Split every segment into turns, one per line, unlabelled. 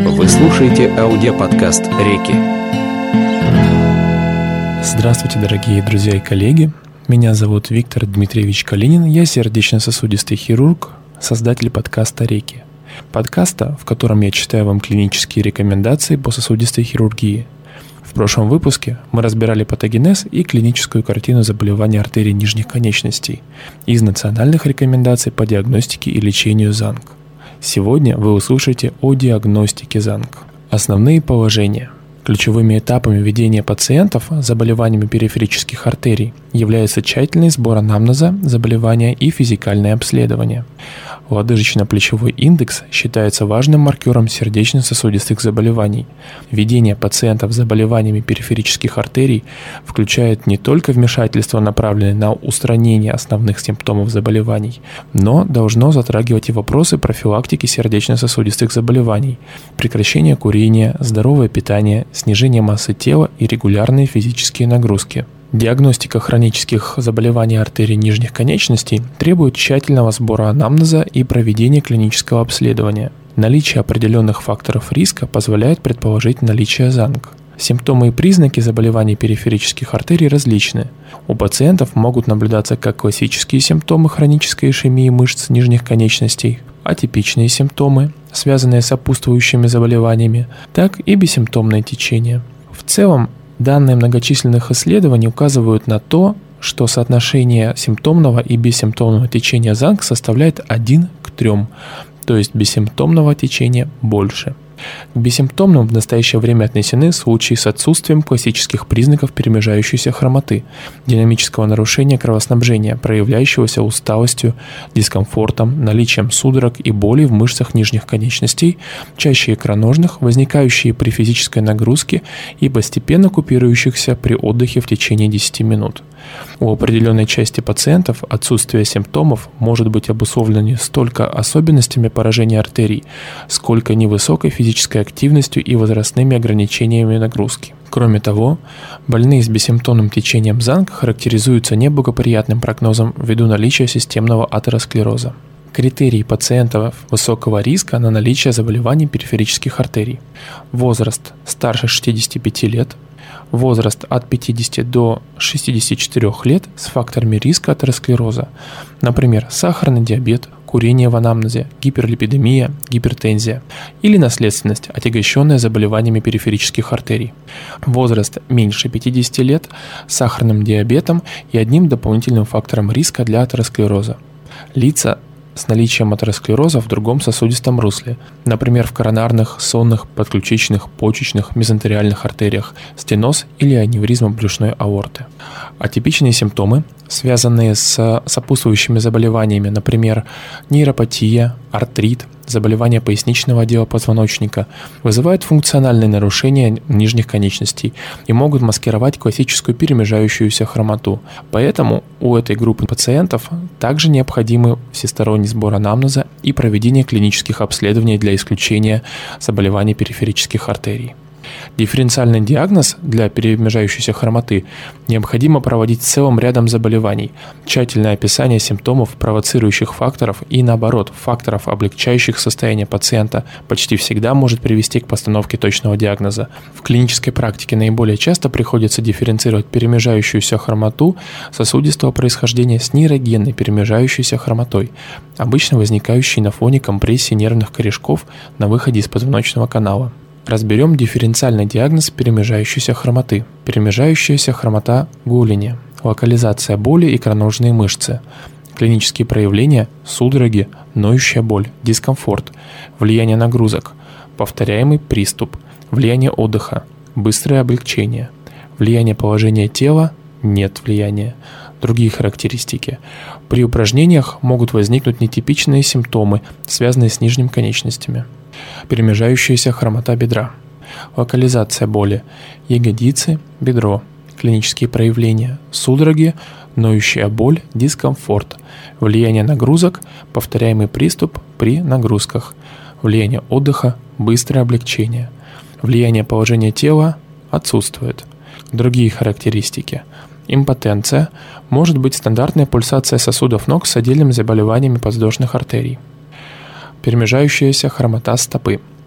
Вы слушаете аудиоподкаст «Реки».
Здравствуйте, дорогие друзья и коллеги. Меня зовут Виктор Дмитриевич Калинин. Я сердечно-сосудистый хирург, создатель подкаста «Реки». Подкаста, в котором я читаю вам клинические рекомендации по сосудистой хирургии. В прошлом выпуске мы разбирали патогенез и клиническую картину заболеваний артерий нижних конечностей из национальных рекомендаций по диагностике и лечению ЗАНК. Сегодня вы услышите о диагностике ЗАНК. Основные положения. Ключевыми этапами ведения пациентов с заболеваниями периферических артерий является тщательный сбор анамнеза заболевания и физикальное обследование. Лодыжечно-плечевой индекс считается важным маркером сердечно-сосудистых заболеваний. Ведение пациентов с заболеваниями периферических артерий включает не только вмешательство, направленное на устранение основных симптомов заболеваний, но должно затрагивать и вопросы профилактики сердечно-сосудистых заболеваний, прекращение курения, здоровое питание, снижение массы тела и регулярные физические нагрузки. Диагностика хронических заболеваний артерий нижних конечностей требует тщательного сбора анамнеза и проведения клинического обследования. Наличие определенных факторов риска позволяет предположить наличие ЗАНК. Симптомы и признаки заболеваний периферических артерий различны. У пациентов могут наблюдаться как классические симптомы хронической ишемии мышц нижних конечностей, атипичные симптомы, связанные с сопутствующими заболеваниями, так и бессимптомное течение. В целом, данные многочисленных исследований указывают на то, что соотношение симптомного и бессимптомного течения ЗАНК составляет 1 к 3, то есть бессимптомного течения больше. К бессимптомным в настоящее время отнесены случаи с отсутствием классических признаков перемежающейся хромоты, динамического нарушения кровоснабжения, проявляющегося усталостью, дискомфортом, наличием судорог и боли в мышцах нижних конечностей, чаще икроножных, возникающие при физической нагрузке и постепенно купирующихся при отдыхе в течение 10 минут. У определенной части пациентов отсутствие симптомов может быть обусловлено не столько особенностями поражения артерий, сколько невысокой физической активностью и возрастными ограничениями нагрузки. Кроме того, больные с бессимптомным течением ЗАНК характеризуются неблагоприятным прогнозом ввиду наличия системного атеросклероза. Критерии пациентов высокого риска на наличие заболеваний периферических артерий. Возраст старше 65 лет. Возраст от 50 до 64 лет с факторами риска атеросклероза, например, сахарный диабет, курение в анамнезе, гиперлипидемия, гипертензия или наследственность, отягощенная заболеваниями периферических артерий. Возраст меньше 50 лет с сахарным диабетом и одним дополнительным фактором риска для атеросклероза. Лица с наличием атеросклероза в другом сосудистом русле, например, в коронарных, сонных, подключичных, почечных, мезентериальных артериях, стеноз или аневризма брюшной аорты. Атипичные симптомы, связанные с сопутствующими заболеваниями, например, нейропатия, артрит, заболевания поясничного отдела позвоночника, вызывают функциональные нарушения нижних конечностей и могут маскировать классическую перемежающуюся хромоту. Поэтому у этой группы пациентов также необходимы всесторонний сбор анамнеза и проведение клинических обследований для исключения заболеваний периферических артерий. Дифференциальный диагноз для перемежающейся хромоты необходимо проводить с целым рядом заболеваний, тщательное описание симптомов, провоцирующих факторов и, наоборот, факторов, облегчающих состояние пациента, почти всегда может привести к постановке точного диагноза. В клинической практике наиболее часто приходится дифференцировать перемежающуюся хромоту сосудистого происхождения с нейрогенной перемежающейся хромотой, обычно возникающей на фоне компрессии нервных корешков на выходе из позвоночного канала. Разберем дифференциальный диагноз перемежающейся хромоты. Перемежающаяся хромота голени, локализация боли икроножные мышцы, клинические проявления – судороги, ноющая боль, дискомфорт, влияние нагрузок, повторяемый приступ, влияние отдыха, быстрое облегчение, влияние положения тела – нет влияния. Другие характеристики. При упражнениях могут возникнуть нетипичные симптомы, связанные с нижними конечностями. Перемежающаяся хромота бедра. Локализация боли. Ягодицы, бедро. Клинические проявления. Судороги, ноющая боль, дискомфорт. Влияние нагрузок, повторяемый приступ при нагрузках. Влияние отдыха, быстрое облегчение. Влияние положения тела отсутствует. Другие характеристики. Импотенция, может быть стандартная пульсация сосудов ног с отдельными заболеваниями подвздошных артерий. Перемежающаяся хромота стопы.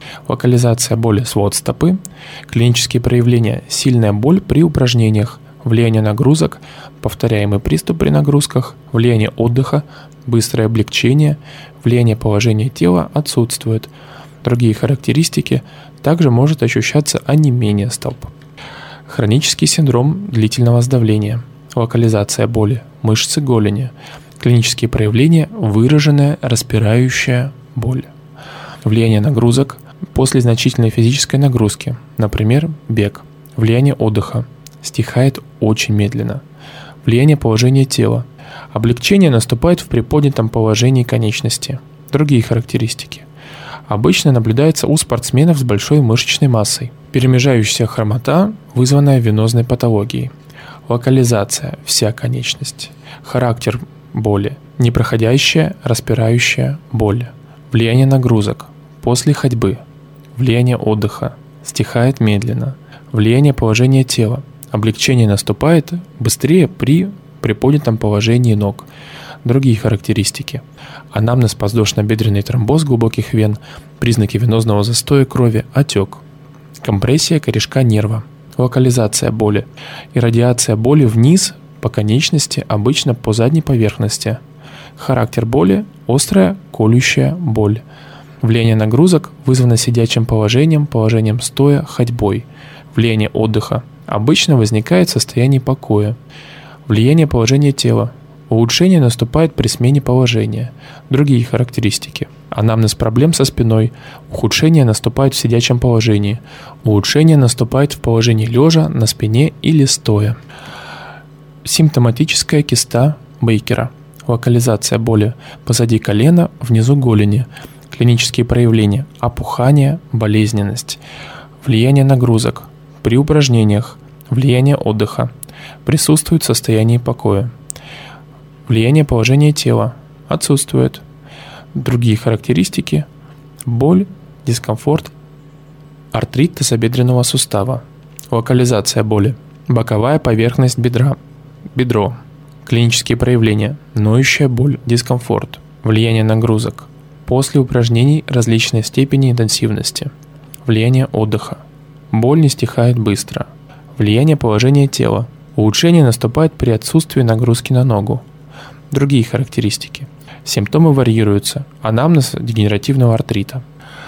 Локализация боли свод стопы. Клинические проявления: сильная боль при упражнениях, влияние нагрузок, повторяемый приступ при нагрузках, влияние отдыха, быстрое облегчение, влияние положения тела отсутствует. Другие характеристики: также может ощущаться онемение стоп. Хронический синдром длительного сдавления. Локализация боли: мышцы голени. Клинические проявления: выраженная распирающая боль. Влияние нагрузок после значительной физической нагрузки, например, бег. Влияние отдыха: стихает очень медленно. Влияние положения тела: облегчение наступает в приподнятом положении конечности. Другие характеристики: обычно наблюдается у спортсменов с большой мышечной массой. Перемежающаяся хромота, вызванная венозной патологией. Локализация: вся конечность. Характер боли: непроходящая распирающая боль. Влияние нагрузок после ходьбы. Влияние отдыха: стихает медленно. Влияние положения тела: облегчение наступает быстрее при приподнятом положении ног. Другие характеристики: анамнез подвздошно-бедренный тромбоз глубоких вен, признаки венозного застоя крови, отек. Компрессия корешка нерва. Локализация боли: иррадиация боли вниз по конечности, обычно по задней поверхности. Характер боли: острая колющая боль. Влияние нагрузок вызвано сидячим положением, положением стоя, ходьбой. Влияние отдыха: обычно возникает в состоянии покоя. Влияние положения тела: улучшение наступает при смене положения. Другие характеристики: анамнез проблем со спиной, ухудшение наступает в сидячем положении, улучшение наступает в положении лежа, на спине или стоя. Симптоматическая киста Бейкера. Локализация боли: позади колена, внизу голени. Клинические проявления: опухание, болезненность. Влияние нагрузок при упражнениях, влияние отдыха. Присутствует в состоянии покоя. Влияние положения тела отсутствует. Другие характеристики: боль, дискомфорт, артрит тазобедренного сустава. Локализация боли: боковая поверхность бедра, бедро. Клинические проявления: ноющая боль, дискомфорт. Влияние нагрузок после упражнений различной степени интенсивности. Влияние отдыха: боль не стихает быстро. Влияние положения тела: улучшение наступает при отсутствии нагрузки на ногу. Другие характеристики: симптомы варьируются. Анамнез дегенеративного артрита.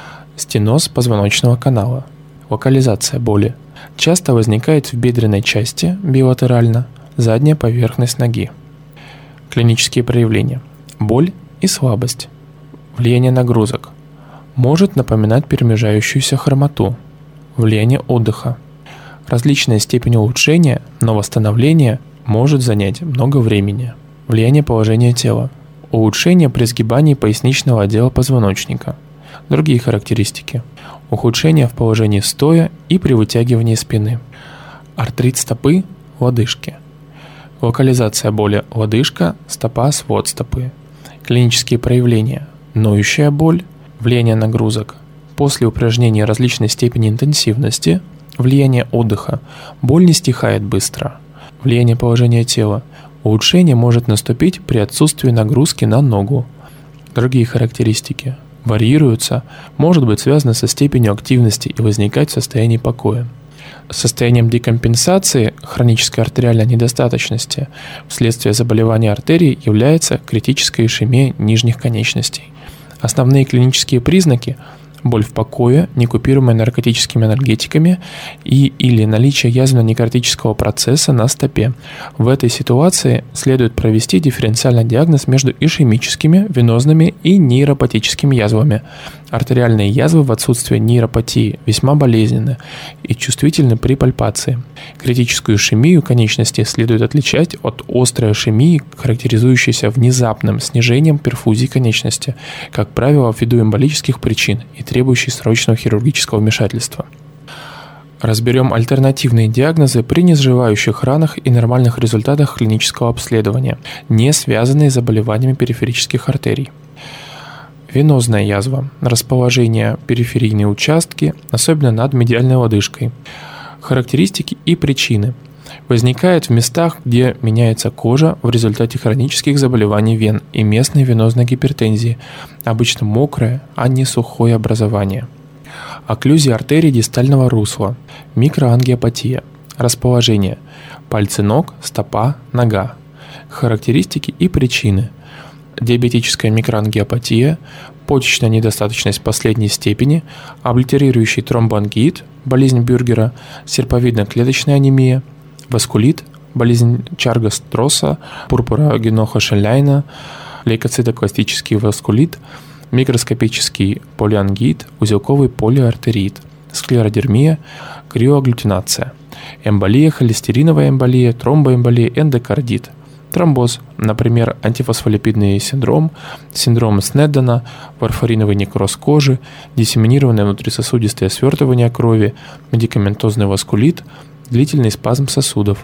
Стеноз позвоночного канала. Локализация боли: часто возникает в бедренной части, билатерально, задняя поверхность ноги. Клинические проявления: боль и слабость. Влияние нагрузок: может напоминать перемежающуюся хромоту. Влияние отдыха: различная степень улучшения, но восстановление может занять много времени. Влияние положения тела: улучшение при сгибании поясничного отдела позвоночника. Другие характеристики: ухудшение в положении стоя и при вытягивании спины. Артрит стопы, лодыжки. Локализация боли: лодыжка, стопа, свод стопы. Клинические проявления: ноющая боль, влияние нагрузок после упражнений различной степени интенсивности, влияние отдыха, боль не стихает быстро. Влияние положения тела: улучшение может наступить при отсутствии нагрузки на ногу. Другие характеристики: варьируются, может быть связано со степенью активности и возникать в состоянии покоя. Состоянием декомпенсации хронической артериальной недостаточности вследствие заболевания артерий является критическая ишемия нижних конечностей. Основные клинические признаки: боль в покое, некупируемая наркотическими анальгетиками или наличие язвенно-некротического процесса на стопе. В этой ситуации следует провести дифференциальный диагноз между ишемическими, венозными и нейропатическими язвами. Артериальные язвы в отсутствие нейропатии весьма болезненны и чувствительны при пальпации. Критическую ишемию конечности следует отличать от острой ишемии, характеризующейся внезапным снижением перфузии конечности, как правило, ввиду эмболических причин и требующей срочного хирургического вмешательства. Разберем альтернативные диагнозы при незаживающих ранах и нормальных результатах клинического обследования, не связанные с заболеваниями периферических артерий. Венозная язва. Расположение периферийные участки, особенно над медиальной лодыжкой. Характеристики и причины. Возникает в местах, где меняется кожа в результате хронических заболеваний вен и местной венозной гипертензии, обычно мокрое, а не сухое образование. Окклюзия артерий дистального русла, микроангиопатия, расположение, пальцы ног, стопа, нога, характеристики и причины, диабетическая микроангиопатия, почечная недостаточность последней степени, облитерирующий тромбоангит, болезнь Бюргера, серповидно-клеточная анемия, васкулит, болезнь Чарга-Стросса, пурпура Геноха-Шенляйна, лейкоцитокластический васкулит, микроскопический полиангит, узелковый полиартерит, склеродермия, криоагглютинация, эмболия, холестериновая эмболия, тромбоэмболия, эндокардит, тромбоз, например, антифосфолипидный синдром, синдром Снеддена, варфариновый некроз кожи, диссеминированное внутрисосудистое свертывание крови, медикаментозный васкулит, длительный спазм сосудов.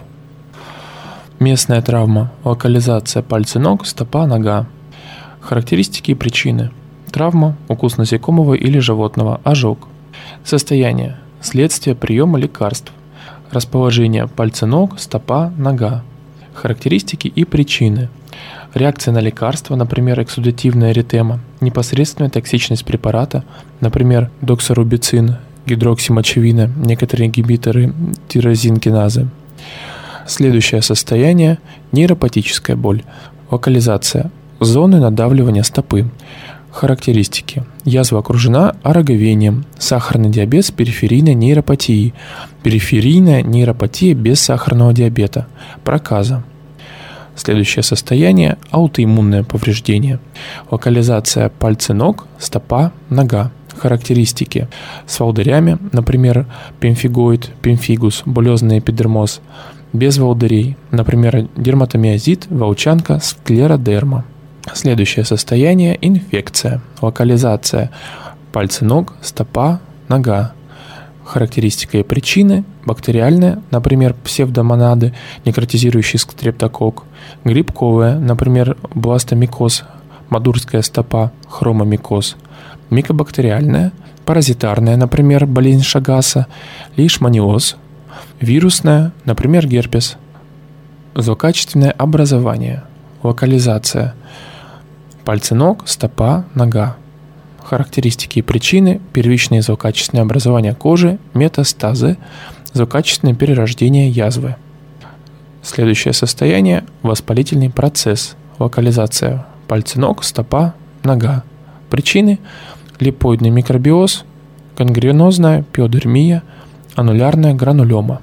Местная травма, локализация пальцы ног, стопа, нога. Характеристики и причины. Травма, укус насекомого или животного, ожог. Состояние, следствие приема лекарств. Расположение пальцы ног, стопа, нога. Характеристики и причины. Реакция на лекарства, например, эксудативная эритема, непосредственная токсичность препарата, например, доксорубицин, гидроксимочевина, некоторые ингибиторы тирозинкиназы. Следующее состояние – нейропатическая боль. Локализация – зоны надавливания стопы. Характеристики. Язва окружена ороговением, сахарный диабет с периферийной нейропатией, периферийная нейропатия без сахарного диабета, проказа. Следующее состояние – аутоиммунное повреждение. Локализация пальцы ног, стопа, нога. Характеристики. С волдырями, например, пемфигоид, пемфигус, булезный эпидермоз. Без волдырей, например, дерматомиозит, волчанка, склеродерма. Следующее состояние – инфекция. Локализация пальцы ног, стопа, нога. Характеристика и причины – бактериальная, например, псевдомонады, некротизирующий стрептококк, грибковая, например, бластомикоз, мадурская стопа, хромомикоз, микобактериальная, паразитарная, например, болезнь Шагаса, лейшманиоз, вирусная, например, герпес. Злокачественное образование. Локализация пальцы ног, стопа, нога. Характеристики и причины – первичные злокачественные образования кожи, метастазы, злокачественное перерождение язвы. Следующее состояние – воспалительный процесс. Локализация пальцы ног, стопа, нога. Причины – липоидный микробиоз, гангренозная пиодермия, аннулярная гранулема.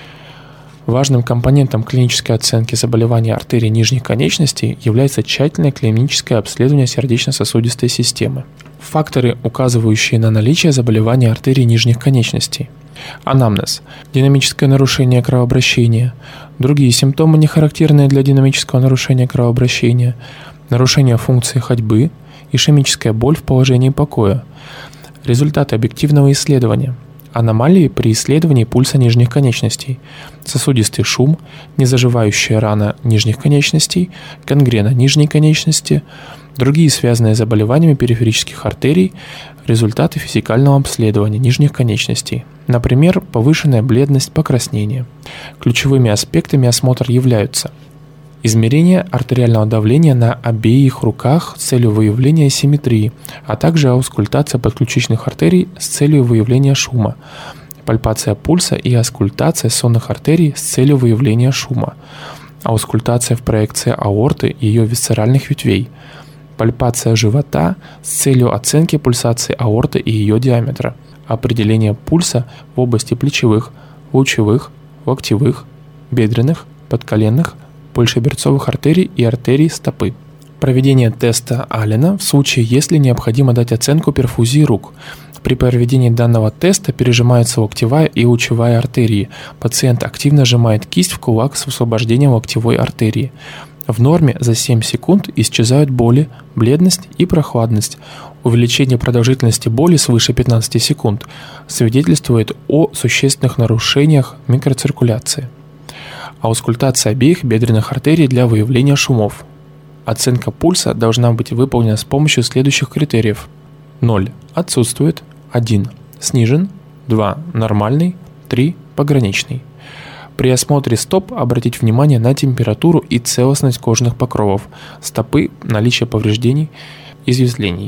Важным компонентом клинической оценки заболеваний артерий нижних конечностей является тщательное клиническое обследование сердечно-сосудистой системы. Факторы, указывающие на наличие заболевания артерий нижних конечностей. Анамнез, динамическое нарушение кровообращения, другие симптомы, не характерные для динамического нарушения кровообращения, нарушение функции ходьбы, ишемическая боль в положении покоя. Результаты объективного исследования. Аномалии при исследовании пульса нижних конечностей, сосудистый шум, незаживающая рана нижних конечностей, гангрена нижней конечности, другие связанные с заболеваниями периферических артерий, результаты физикального обследования нижних конечностей, например, повышенная бледность, покраснение. Ключевыми аспектами осмотра являются измерение артериального давления на обеих руках с целью выявления симметрии, а также аускультация подключичных артерий с целью выявления шума, пальпация пульса и аскультация сонных артерий с целью выявления шума, аускультация в проекции аорты и ее висцеральных ветвей, пальпация живота с целью оценки пульсации аорты и ее диаметра, определение пульса в области плечевых, лучевых, локтевых, бедренных, подколенных, большеберцовых артерий и артерий стопы. Проведение теста Аллена в случае, если необходимо дать оценку перфузии рук. При проведении данного теста пережимается локтевая и лучевая артерии. Пациент активно сжимает кисть в кулак с освобождением локтевой артерии. В норме за 7 секунд исчезают боли, бледность и прохладность. Увеличение продолжительности боли свыше 15 секунд свидетельствует о существенных нарушениях микроциркуляции. Аускультация обеих бедренных артерий для выявления шумов. Оценка пульса должна быть выполнена с помощью следующих критериев. 0. Отсутствует. 1. Снижен. 2. Нормальный. 3. Пограничный. При осмотре стоп обратить внимание на температуру и целостность кожных покровов, стопы, наличие повреждений, изъязвлений.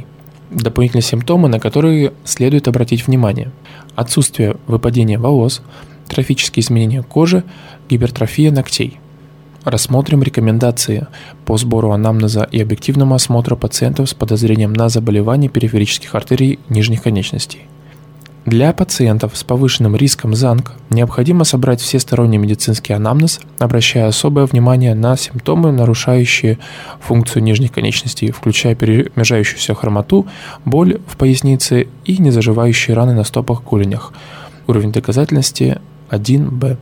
Дополнительные симптомы, на которые следует обратить внимание: отсутствие выпадения волос, трофические изменения кожи, гипертрофия ногтей. Рассмотрим рекомендации по сбору анамнеза и объективному осмотру пациентов с подозрением на заболевание периферических артерий нижних конечностей. Для пациентов с повышенным риском ЗАНК необходимо собрать всесторонний медицинский анамнез, обращая особое внимание на симптомы, нарушающие функцию нижних конечностей, включая перемежающуюся хромоту, боль в пояснице и незаживающие раны на стопах-голенях. Уровень доказательности 1Б.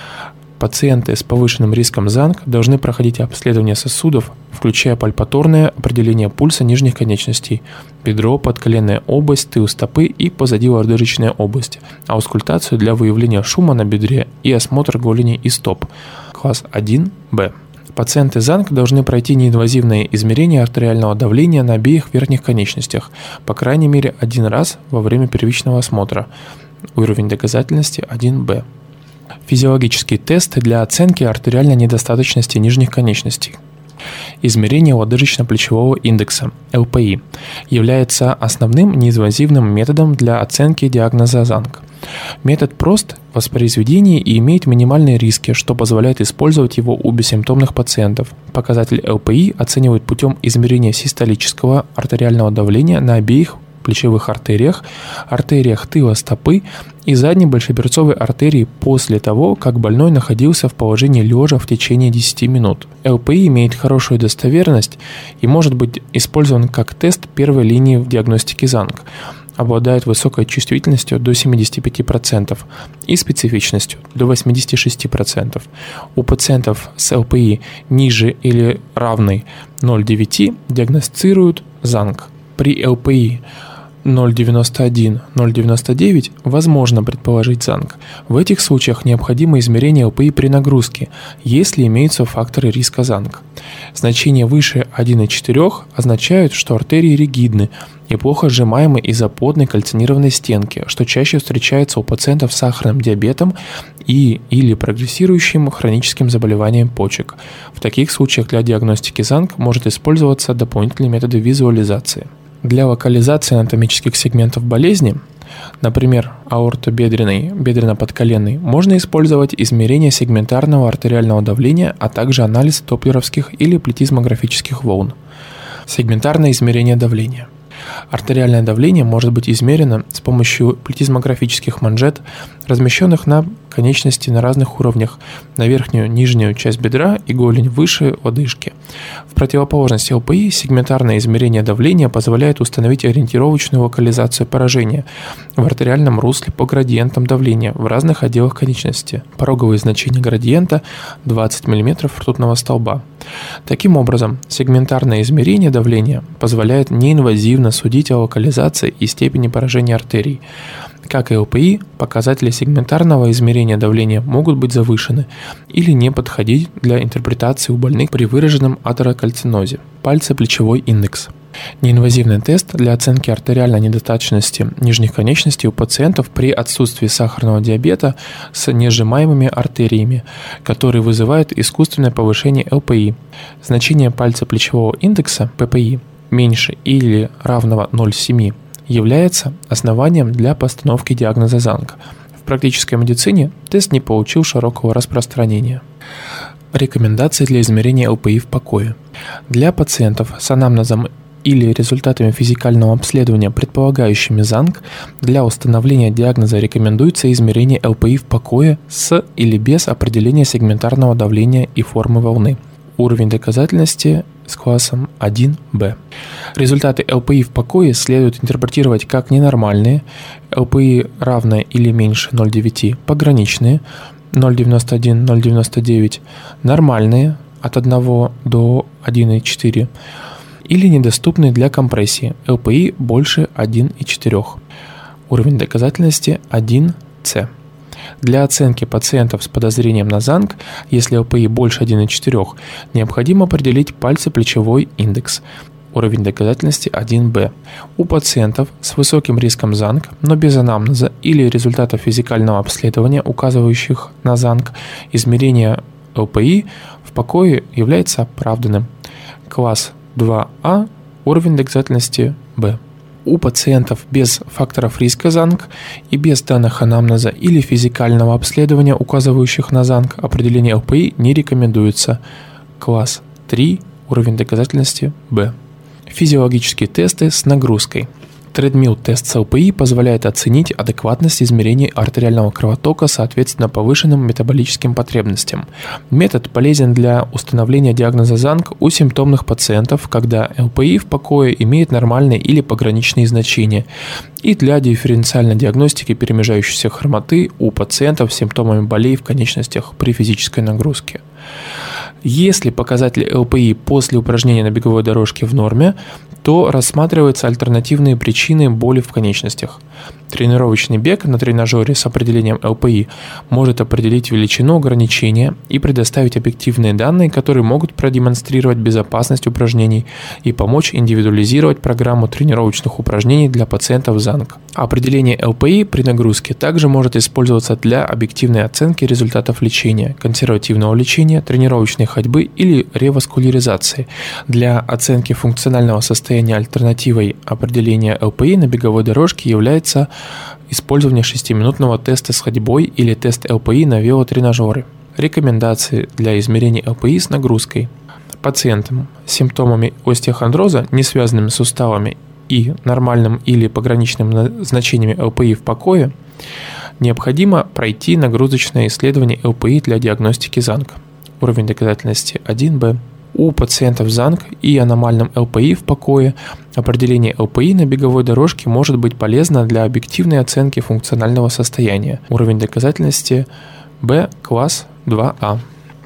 Пациенты с повышенным риском ЗАНК должны проходить обследование сосудов, включая пальпаторное определение пульса нижних конечностей, бедро, подколенная область, тыл стопы и позадило-лодыжечная область, аускультацию для выявления шума на бедре и осмотр голени и стоп. Класс 1Б. Пациенты ЗАНК должны пройти неинвазивное измерение артериального давления на обеих верхних конечностях, по крайней мере один раз во время первичного осмотра. Уровень доказательности 1Б. Физиологические тесты для оценки артериальной недостаточности нижних конечностей. Измерение лодыжечно-плечевого индекса, ЛПИ, является основным неинвазивным методом для оценки диагноза ЗАНК. Метод прост в воспроизведении и имеет минимальные риски, что позволяет использовать его у бессимптомных пациентов. Показатель ЛПИ оценивают путем измерения систолического артериального давления на обеих плечевых артериях, артериях тыла стопы и задней большеперцовой артерии после того, как больной находился в положении лежа в течение 10 минут. ЛПИ имеет хорошую достоверность и может быть использован как тест первой линии в диагностике ЗАНК. Обладает высокой чувствительностью до 75% и специфичностью до 86%. У пациентов с ЛПИ ниже или равной 0,9 диагностируют ЗАНК. При ЛПИ 0,91-0,99 возможно предположить ЗАНК. В этих случаях необходимо измерение ЛПИ при нагрузке, если имеются факторы риска ЗАНК. Значения выше 1,4 означают, что артерии ригидны и плохо сжимаемы из-за плотной кальцинированной стенки, что чаще встречается у пациентов с сахарным диабетом или прогрессирующим хроническим заболеванием почек. В таких случаях для диагностики ЗАНК может использоваться дополнительные методы визуализации. Для локализации анатомических сегментов болезни, например, аортобедренной, бедренно-подколенной, можно использовать измерение сегментарного артериального давления, а также анализ доплеровских или плетизмографических волн. Сегментарное измерение давления. Артериальное давление может быть измерено с помощью плетизмографических манжет, размещенных на конечности на разных уровнях, на верхнюю, нижнюю часть бедра и голень выше лодыжки. В противоположность ЛПИ, сегментарное измерение давления позволяет установить ориентировочную локализацию поражения в артериальном русле по градиентам давления в разных отделах конечности. Пороговые значения градиента 20 мм ртутного столба. Таким образом, сегментарное измерение давления позволяет неинвазивно судить о локализации и степени поражения артерий. Как и ЛПИ, показатели сегментарного измерения давления могут быть завышены или не подходить для интерпретации у больных при выраженном атерокальцинозе. Пальцеплечевой индекс. Неинвазивный тест для оценки артериальной недостаточности нижних конечностей у пациентов при отсутствии сахарного диабета с несжимаемыми артериями, который вызывает искусственное повышение ЛПИ. Значение пальцеплечевого индекса, ППИ, меньше или равного 0,7 является основанием для постановки диагноза ЗАНК. В практической медицине тест не получил широкого распространения. Рекомендации для измерения ЛПИ в покое. Для пациентов с анамнезом или результатами физикального обследования, предполагающими ЗАНК, для установления диагноза рекомендуется измерение ЛПИ в покое с или без определения сегментарного давления и формы волны. Уровень доказательности с классом 1Б. Результаты ЛПИ в покое следует интерпретировать как ненормальные, ЛПИ равное или меньше 0,9, пограничные, 0,91-0,99, нормальные, от 1 до 1,4, или недоступные для компрессии, ЛПИ больше 1,4. Уровень доказательности 1С. Для оценки пациентов с подозрением на ЗАНК, если ЛПИ больше 1,4, необходимо определить пальцеплечевой индекс. Уровень доказательности 1Б. У пациентов с высоким риском ЗАНК, но без анамнеза или результатов физикального обследования, указывающих на ЗАНК, измерение ЛПИ в покое является оправданным. Класс 2А. Уровень доказательности Б. у пациентов без факторов риска ЗАНК и без данных анамнеза или физикального обследования, указывающих на ЗАНК, определение ЛПИ не рекомендуется. Класс 3, уровень доказательности Б. Физиологические тесты с нагрузкой. Тредмилл-тест с ЛПИ позволяет оценить адекватность измерений артериального кровотока соответственно повышенным метаболическим потребностям. Метод полезен для установления диагноза ЗАНК у симптомных пациентов, когда ЛПИ в покое имеет нормальные или пограничные значения, и для дифференциальной диагностики перемежающейся хромоты у пациентов с симптомами болей в конечностях при физической нагрузке. Если показатели ЛПИ после упражнения на беговой дорожке в норме, то рассматриваются альтернативные причины боли в конечностях. Тренировочный бег на тренажере с определением ЛПИ может определить величину ограничения и предоставить объективные данные, которые могут продемонстрировать безопасность упражнений и помочь индивидуализировать программу тренировочных упражнений для пациентов ЗАНК. Определение ЛПИ при нагрузке также может использоваться для объективной оценки результатов лечения, консервативного лечения, тренировочной ходьбы или реваскуляризации. Для оценки функционального состояния альтернативой определения ЛПИ на беговой дорожке является использование 6-минутного теста с ходьбой или тест ЛПИ на велотренажеры. Рекомендации для измерения ЛПИ с нагрузкой. Пациентам с симптомами остеохондроза, не связанными с суставами и нормальным или пограничным значениями ЛПИ в покое, необходимо пройти нагрузочное исследование ЛПИ для диагностики ЗАНК. Уровень доказательности 1Б. У пациентов ЗАНК и аномальным ЛПИ в покое определение ЛПИ на беговой дорожке может быть полезно для объективной оценки функционального состояния. Уровень доказательности Б, класс 2А.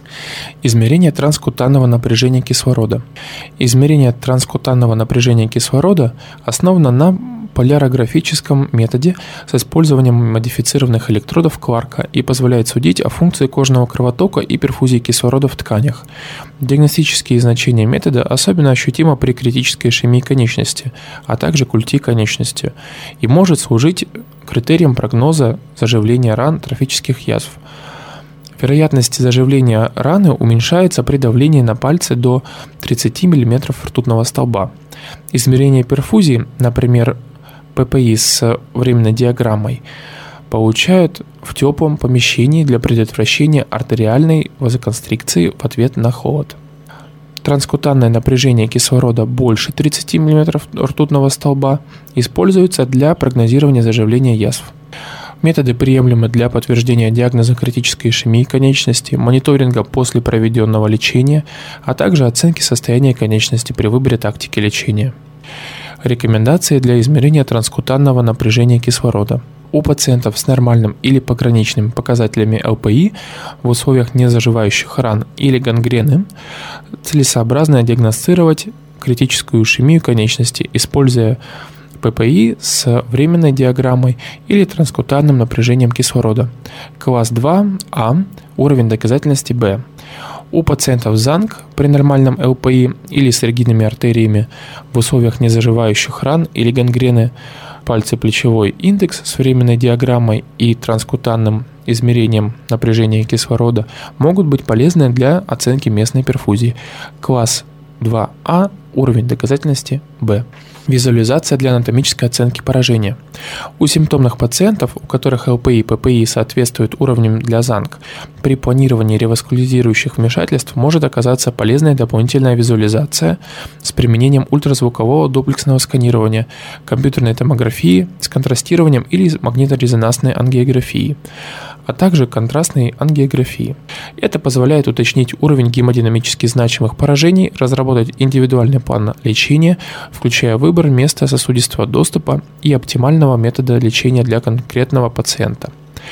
Измерение транскутанного напряжения кислорода. Измерение транскутанного напряжения кислорода основано на полярографическом методе с использованием модифицированных электродов Кларка и позволяет судить о функции кожного кровотока и перфузии кислорода в тканях. Диагностические значения метода особенно ощутимы при критической ишемии конечности, а также культии конечности, и может служить критерием прогноза заживления ран трофических язв. Вероятность заживления раны уменьшается при давлении на пальцы до 30 мм ртутного столба. Измерение перфузии, например, ППИ с временной диаграммой, получают в теплом помещении для предотвращения артериальной вазоконстрикции в ответ на холод. Транскутанное напряжение кислорода больше 30 мм ртутного столба используется для прогнозирования заживления язв. Методы приемлемы для подтверждения диагноза критической ишемии конечности, мониторинга после проведенного лечения, а также оценки состояния конечности при выборе тактики лечения. Рекомендации для измерения транскутанного напряжения кислорода. У пациентов с нормальным или пограничными показателями ЛПИ в условиях незаживающих ран или гангрены целесообразно диагностировать критическую ишемию конечности, используя ППИ с временной диаграммой или транскутанным напряжением кислорода. Класс 2А, уровень доказательности Б. У пациентов ЗАНК при нормальном ЛПИ или с эргидными артериями в условиях незаживающих ран или гангрены пальцеплечевой индекс с временной диаграммой и транскутанным измерением напряжения кислорода могут быть полезны для оценки местной перфузии. Класс 2А, уровень доказательности Б. Визуализация для анатомической оценки поражения. У симптомных пациентов, у которых ЛПИ и ППИ соответствуют уровням для ЗАНК, при планировании реваскуляризирующих вмешательств может оказаться полезная дополнительная визуализация с применением ультразвукового дуплексного сканирования, компьютерной томографии с контрастированием или магниторезонансной ангиографии, а также контрастной ангиографии. Это позволяет уточнить уровень гемодинамически значимых поражений, разработать индивидуальный план лечения, включая выбор места сосудистого доступа и оптимального метода лечения для конкретного пациента.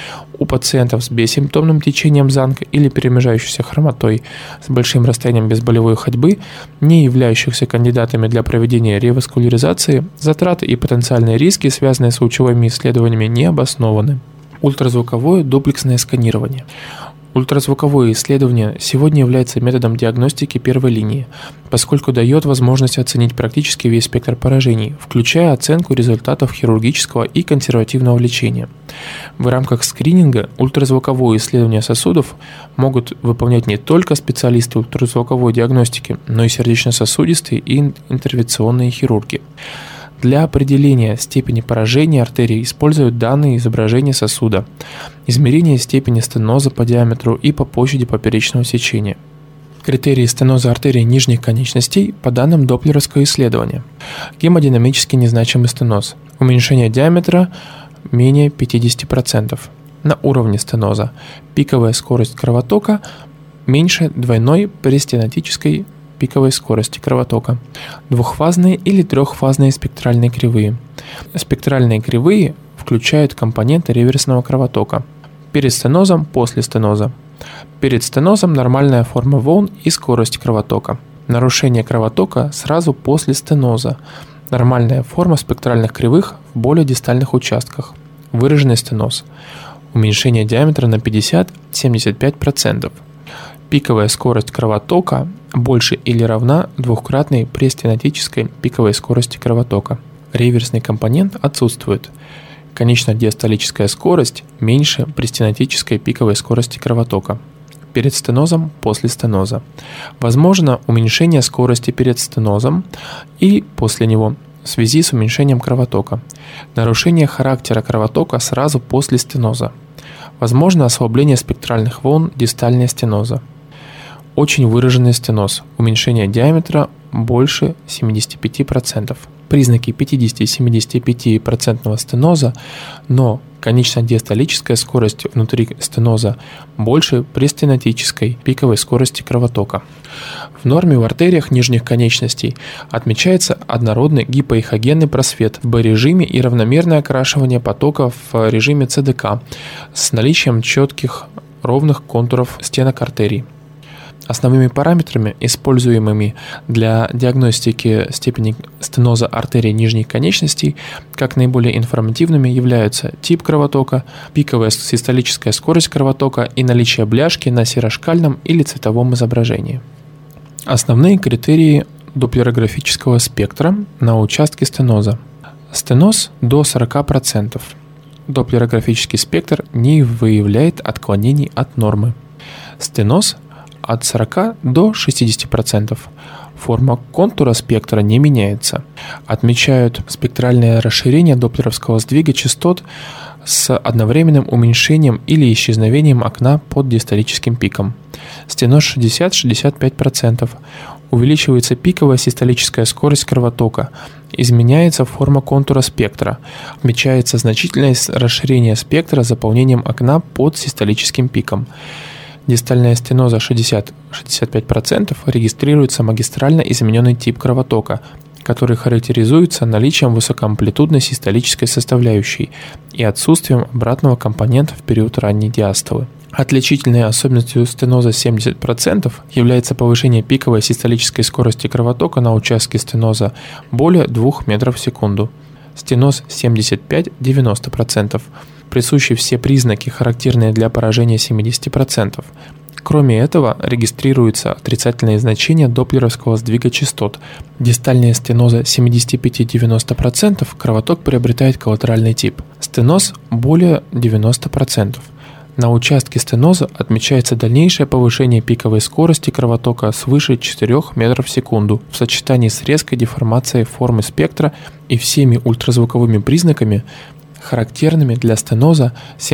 У пациентов с бессимптомным течением ЗАНК или перемежающейся хромотой с большим расстоянием безболевой ходьбы, не являющихся кандидатами для проведения реваскуляризации, затраты и потенциальные риски, связанные с лучевыми исследованиями, не обоснованы. Ультразвуковое дуплексное сканирование. Ультразвуковое исследование сегодня является методом диагностики первой линии, поскольку дает возможность оценить практически весь спектр поражений, включая оценку результатов хирургического и консервативного лечения. В рамках скрининга ультразвуковое исследование сосудов могут выполнять не только специалисты ультразвуковой диагностики, но и сердечно-сосудистые и интервенционные хирурги. Для определения степени поражения артерии используют данные изображения сосуда, измерение степени стеноза по диаметру и по площади поперечного сечения. Критерии стеноза артерий нижних конечностей по данным доплеровского исследования. Гемодинамически незначимый стеноз. Уменьшение диаметра менее 50%. На уровне стеноза. Пиковая скорость кровотока меньше двойной перистенотической пиковой скорости кровотока. Двухфазные или трехфазные спектральные кривые. Спектральные кривые включают компоненты реверсного кровотока. Перед стенозом, после стеноза. Перед стенозом нормальная форма волн и скорость кровотока. Нарушение кровотока сразу после стеноза. Нормальная форма спектральных кривых в более дистальных участках. Выраженный стеноз. Уменьшение диаметра на 50-75%. Пиковая скорость кровотока больше или равна двухкратной престенотической пиковой скорости кровотока. Реверсный компонент отсутствует. Конечно-диастолическая скорость меньше престенотической пиковой скорости кровотока. Перед стенозом, после стеноза. Возможно уменьшение скорости перед стенозом и после него в связи с уменьшением кровотока. Нарушение характера кровотока сразу после стеноза. Возможно ослабление спектральных волн дистального стеноза. Очень выраженный стеноз. Уменьшение диаметра больше 75%. Признаки 50-75% стеноза, но конечно-диастолическая скорость внутри стеноза больше престенотической пиковой скорости кровотока. В норме в артериях нижних конечностей отмечается однородный гипоэхогенный просвет в Б-режиме и равномерное окрашивание потока в режиме ЦДК с наличием четких ровных контуров стенок артерий. Основными параметрами, используемыми для диагностики степени стеноза артерий нижних конечностей, как наиболее информативными являются тип кровотока, пиковая систолическая скорость кровотока и наличие бляшки на серошкальном или цветовом изображении. Основные критерии доплерографического спектра на участке стеноза. Стеноз до 40%. Доплерографический спектр не выявляет отклонений от нормы. Стеноз от 40 до 60%. Форма контура спектра не меняется. Отмечают спектральное расширение доплеровского сдвига частот с одновременным уменьшением или исчезновением окна под диастолическим пиком. Стеноз 60-65%. Увеличивается пиковая систолическая скорость кровотока. Изменяется форма контура спектра. Отмечается значительное расширение спектра с заполнением окна под систолическим пиком. Дистальная стеноза 60-65% регистрируется магистрально измененный тип кровотока, который характеризуется наличием высокоамплитудной систолической составляющей и отсутствием обратного компонента в период ранней диастолы. Отличительной особенностью стеноза 70% является повышение пиковой систолической скорости кровотока на участке стеноза более 2 метров в секунду. Стеноз 75-90%. Присущи все признаки, характерные для поражения 70%. Кроме этого, регистрируются отрицательные значения доплеровского сдвига частот. Дистальная стеноза 75-90%, кровоток приобретает коллатеральный тип. Стеноз более 90%. На участке стеноза отмечается дальнейшее повышение пиковой скорости кровотока свыше 4 метров в секунду в сочетании с резкой деформацией формы спектра и всеми ультразвуковыми признаками, характерными для стеноза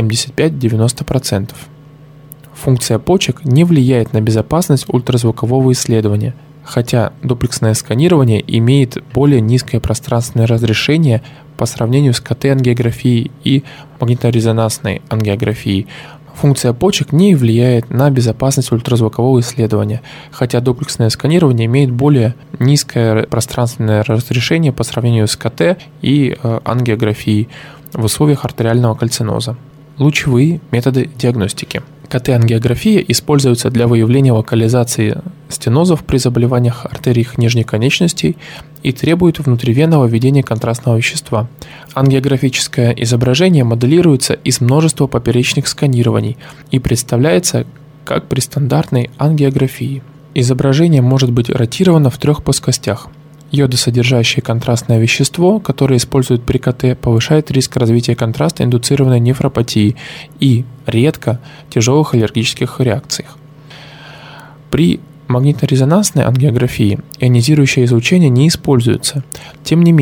75-90%. Функция почек не влияет на безопасность ультразвукового исследования, хотя дуплексное сканирование имеет более низкое пространственное разрешение по сравнению с КТ-ангиографией и магниторезонансной ангиографией. Функция почек не влияет на безопасность ультразвукового исследования, хотя дуплексное сканирование имеет более низкое пространственное разрешение по сравнению с КТ и ангиографией в условиях артериального кальциноза. Лучевые методы диагностики. КТ-ангиография используется для выявления локализации стенозов при заболеваниях артерий нижних конечностей и требует внутривенного введения контрастного вещества. Ангиографическое изображение моделируется из множества поперечных сканирований и представляется как при стандартной ангиографии. Изображение может быть ротировано в 3 плоскостях. Йодосодержащее контрастное вещество, которое используют при КТ, повышает риск развития контраста индуцированной нефропатии и, редко, тяжелых аллергических реакциях. При магниторезонансной ангиографии ионизирующее излучение не используется. Тем не менее,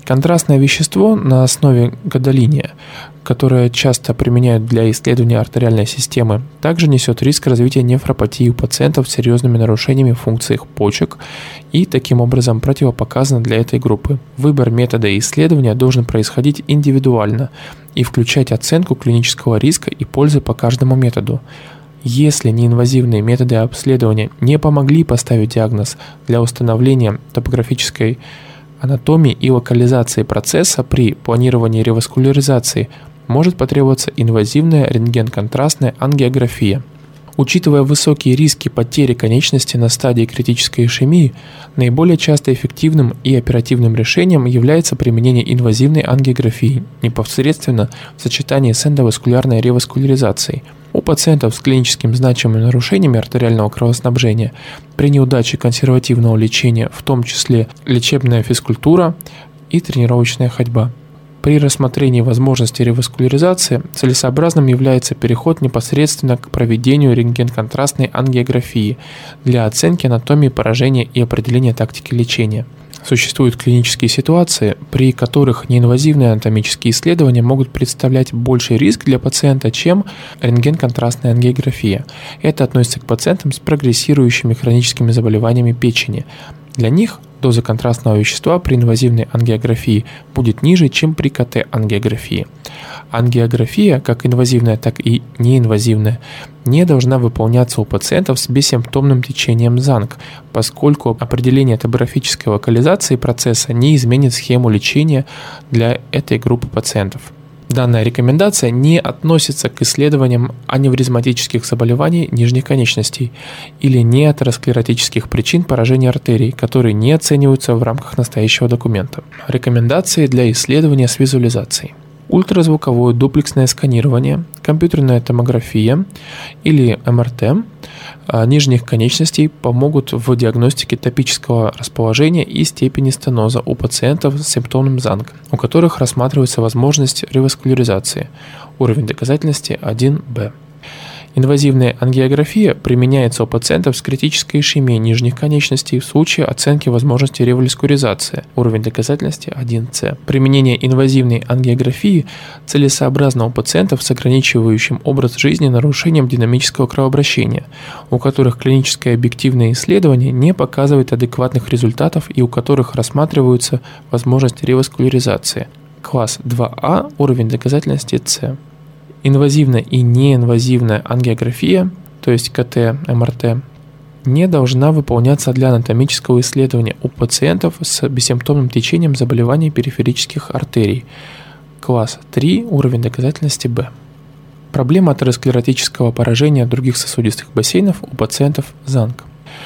Контрастное вещество на основе гадолиния, которое часто применяют для исследования артериальной системы, также несет риск развития нефропатии у пациентов с серьезными нарушениями функций их почек и таким образом противопоказано для этой группы. Выбор метода исследования должен происходить индивидуально и включать оценку клинического риска и пользы по каждому методу. Если неинвазивные методы обследования не помогли поставить диагноз для установления топографической анатомии и локализации процесса при планировании реваскуляризации, может потребоваться инвазивная рентген-контрастная ангиография. Учитывая высокие риски потери конечности на стадии критической ишемии, наиболее часто эффективным и оперативным решением является применение инвазивной ангиографии непосредственно в сочетании с эндоваскулярной реваскуляризацией. У пациентов с клиническим значимыми нарушениями артериального кровоснабжения при неудаче консервативного лечения, в том числе лечебная физкультура и тренировочная ходьба. При рассмотрении возможности реваскуляризации целесообразным является переход непосредственно к проведению рентген-контрастной ангиографии для оценки анатомии поражения и определения тактики лечения. Существуют клинические ситуации, при которых неинвазивные анатомические исследования могут представлять больший риск для пациента, чем рентген-контрастная ангиография. Это относится к пациентам с прогрессирующими хроническими заболеваниями печени. Для них доза контрастного вещества при инвазивной ангиографии будет ниже, чем при КТ-ангиографии. Ангиография, как инвазивная, так и неинвазивная, не должна выполняться у пациентов с бессимптомным течением ЗАНГ, поскольку определение топографической локализации процесса не изменит схему лечения для этой группы пациентов. Данная рекомендация не относится к исследованиям аневризматических заболеваний нижних конечностей или неатеросклеротических причин поражения артерий, которые не оцениваются в рамках настоящего документа. Рекомендации для исследования с визуализацией. Ультразвуковое дуплексное сканирование, компьютерная томография или МРТ нижних конечностей помогут в диагностике топического расположения и степени стеноза у пациентов с симптомным ЗАНГ, у которых рассматривается возможность реваскуляризации. Уровень доказательности 1Б. Инвазивная ангиография применяется у пациентов с критической ишемией нижних конечностей в случае оценки возможности реваскуляризации. Уровень доказательности 1С. Применение инвазивной ангиографии целесообразно у пациентов с ограничивающим образ жизни нарушением динамического кровообращения, у которых клиническое объективное исследование не показывает адекватных результатов и у которых рассматриваются возможности реваскуляризации. Класс 2А, уровень доказательности С. Инвазивная и неинвазивная ангиография, то есть КТ, МРТ, не должна выполняться для анатомического исследования у пациентов с бессимптомным течением заболеваний периферических артерий. Класс 3, уровень доказательности Б. Проблема атеросклеротического поражения других сосудистых бассейнов у пациентов ЗАНГ.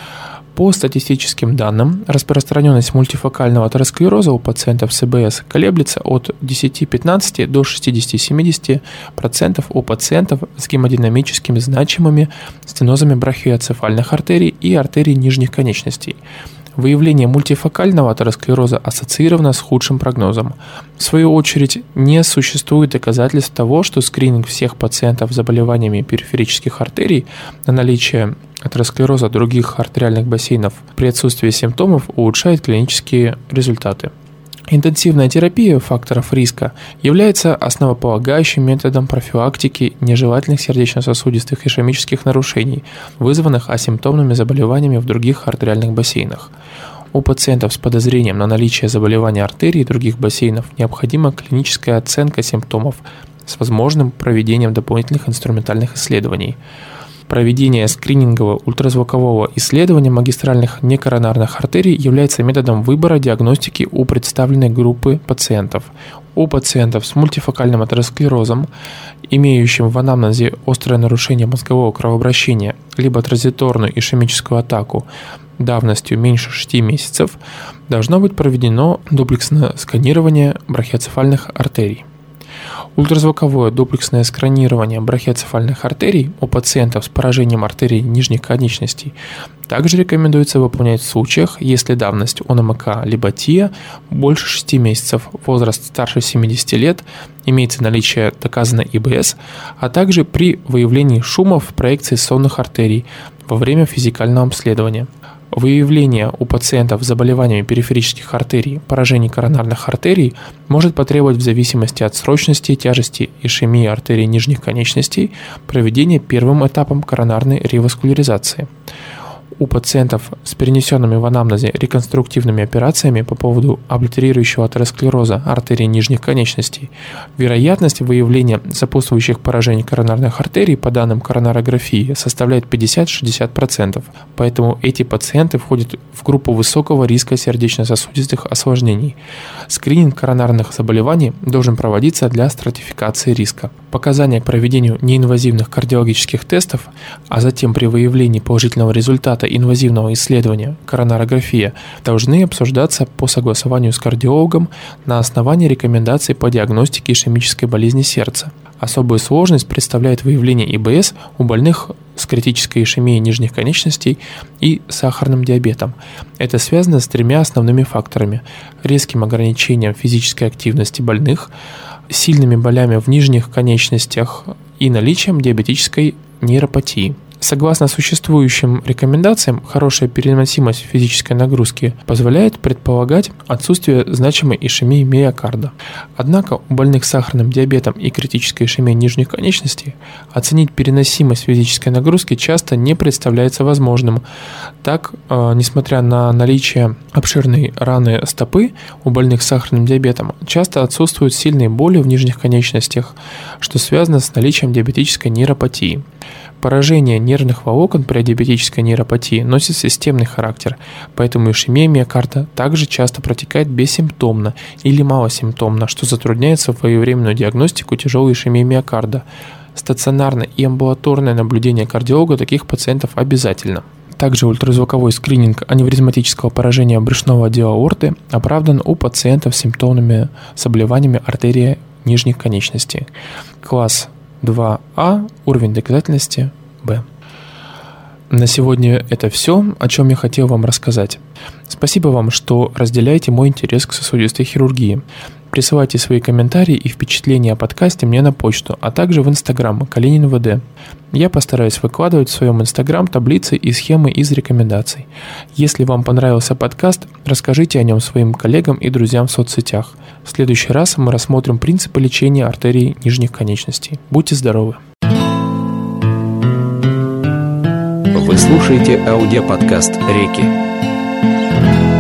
По статистическим данным, распространенность мультифокального атеросклероза у пациентов с ИБС колеблется от 10-15 до 60-70% у пациентов с гемодинамическими значимыми стенозами брахиоцефальных артерий и артерий нижних конечностей. Выявление мультифокального атеросклероза ассоциировано с худшим прогнозом. В свою очередь, не существует доказательств того, что скрининг всех пациентов с заболеваниями периферических артерий на наличие атеросклероза других артериальных бассейнов при отсутствии симптомов улучшает клинические результаты. Интенсивная терапия факторов риска является основополагающим методом профилактики нежелательных сердечно-сосудистых ишемических нарушений, вызванных асимптомными заболеваниями в других артериальных бассейнах. У пациентов с подозрением на наличие заболевания артерий и других бассейнов необходима клиническая оценка симптомов с возможным проведением дополнительных инструментальных исследований. Проведение скринингового ультразвукового исследования магистральных некоронарных артерий является методом выбора диагностики у представленной группы пациентов. У пациентов с мультифокальным атеросклерозом, имеющим в анамнезе острое нарушение мозгового кровообращения, либо транзиторную ишемическую атаку давностью меньше 6 месяцев, должно быть проведено дуплексное сканирование брахиоцефальных артерий. Ультразвуковое дуплексное сканирование брахиоцефальных артерий у пациентов с поражением артерий нижних конечностей также рекомендуется выполнять в случаях, если давность ОНМК либо ТИА больше 6 месяцев, возраст старше 70 лет, имеется наличие доказанной ИБС, а также при выявлении шумов в проекции сонных артерий во время физикального обследования. Выявление у пациентов с заболеваниями периферических артерий, поражений коронарных артерий может потребовать в зависимости от срочности, тяжести ишемии артерий нижних конечностей проведения первым этапом коронарной реваскуляризации. У пациентов с перенесенными в анамнезе реконструктивными операциями по поводу облитерирующего атеросклероза артерий нижних конечностей вероятность выявления сопутствующих поражений коронарных артерий по данным коронарографии составляет 50-60%, поэтому эти пациенты входят в группу высокого риска сердечно-сосудистых осложнений. Скрининг коронарных заболеваний должен проводиться для стратификации риска. Показания к проведению неинвазивных кардиологических тестов, а затем при выявлении положительного результата инвазивного исследования коронарография должны обсуждаться по согласованию с кардиологом на основании рекомендаций по диагностике ишемической болезни сердца. Особую сложность представляет выявление ИБС у больных с критической ишемией нижних конечностей и сахарным диабетом. Это связано с тремя основными факторами: резким ограничением физической активности больных, сильными болями в нижних конечностях и наличием диабетической нейропатии. Согласно существующим рекомендациям, хорошая переносимость физической нагрузки позволяет предполагать отсутствие значимой ишемии миокарда. Однако у больных с сахарным диабетом и критической ишемией нижних конечностей оценить переносимость физической нагрузки часто не представляется возможным. Так, несмотря на наличие обширной раны стопы, у больных с сахарным диабетом часто отсутствуют сильные боли в нижних конечностях, что связано с наличием диабетической нейропатии. Поражение нервных волокон при диабетической нейропатии носит системный характер, поэтому ишемия миокарда также часто протекает бессимптомно или малосимптомно, что затрудняет своевременную диагностику тяжелой ишемии миокарда. Стационарное и амбулаторное наблюдение кардиолога таких пациентов обязательно. Также ультразвуковой скрининг аневризматического поражения брюшного отдела аорты оправдан у пациентов с симптомными заболеваниями артерии нижних конечностей. Класс 2А, уровень доказательности Б. На сегодня это все, о чем я хотел вам рассказать. Спасибо вам, что разделяете мой интерес к сосудистой хирургии. Присылайте свои комментарии и впечатления о подкасте мне на почту, а также в Инстаграм Калинин ВД. Я постараюсь выкладывать в своем Инстаграм таблицы и схемы из рекомендаций. Если вам понравился подкаст, расскажите о нем своим коллегам и друзьям в соцсетях. В следующий раз мы рассмотрим принципы лечения артерий нижних конечностей. Будьте здоровы!
Вы слушаете аудиоподкаст «Реки».